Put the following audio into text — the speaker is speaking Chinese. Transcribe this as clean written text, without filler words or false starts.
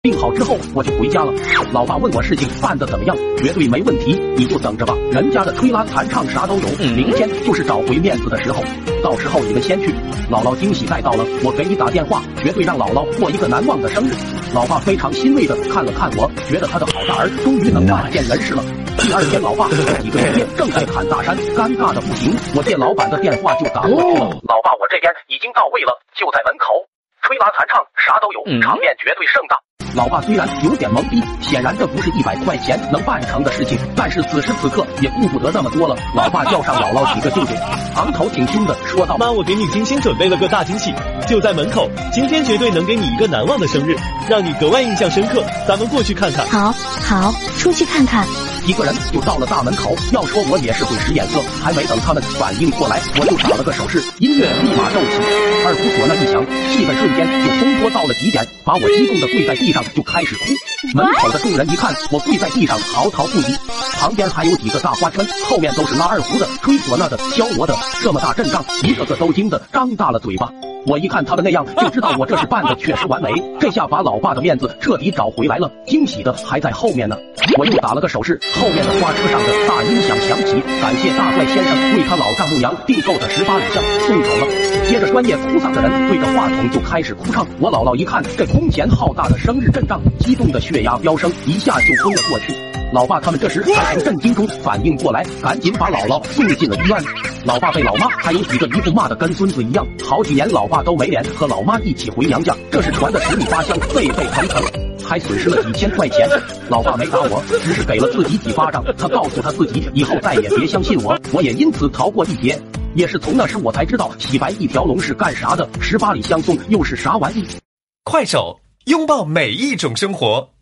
病好之后我就回家了。老爸问我事情办得怎么样，绝对没问题，你就等着吧。人家的吹拉弹唱啥都有，明天就是找回面子的时候，到时候你们先去。姥姥惊喜带到了，我给你打电话，绝对让姥姥过一个难忘的生日。老爸非常欣慰的看了看我，觉得他的好大儿终于能办件人事了。第二天，老爸和几个爷爷正在砍大山，尴尬的不行。我借老板的电话就打过去了。老爸，我这边已经到位了，就在门口，吹拉弹唱啥都有，场面绝对盛大。老爸虽然有点懵逼，显然这不是100块钱能办成的事情，但是此时此刻也顾不得那么多了。老爸叫上姥姥几个舅舅，昂头挺胸的说道：“ 妈，我给你精心准备了个大惊喜，就在门口，今天绝对能给你一个难忘的生日，让你格外印象深刻。咱们过去看看。” 好，出去看看。 一个人就到了大门口，要说我也是会使眼色，还没等他们反应过来，我就打了个手势，音乐立马骤起，二胡唢呐一响，气氛瞬间就烘托到了极点，把我激动的跪在地上就开始哭。门口的众人一看我跪在地上嚎啕不已，旁边还有几个大花圈，后面都是拉二胡的、吹唢呐的、敲锣的，这么大阵仗，一个个都惊得张大了嘴巴。我一看他们那样，就知道我这是办的确实完美，这下把老爸的面子彻底找回来了，惊喜的还在后面呢。我又打了个手势，后面的花车上的大音响响起，感谢大帅先生为他老丈母娘订购的18里香，送走了。接着专业哭丧的人对着话筒就开始哭唱，我姥姥一看这空前浩大的生日阵仗，激动的血压飙升，一下就昏了过去。老爸他们这时才从震惊中反应过来，赶紧把姥姥送进了医院。老爸被老妈还有几个姨父骂得跟孙子一样，好几年老爸都没脸和老妈一起回娘家，这是传的十里八乡，沸沸腾腾，还损失了几千块钱。老爸没打我，只是给了自己几巴掌，他告诉他自己以后再也别相信我，我也因此逃过一劫。也是从那时我才知道洗白一条龙是干啥的，18里香送又是啥玩意。 快手，拥抱每一种生活。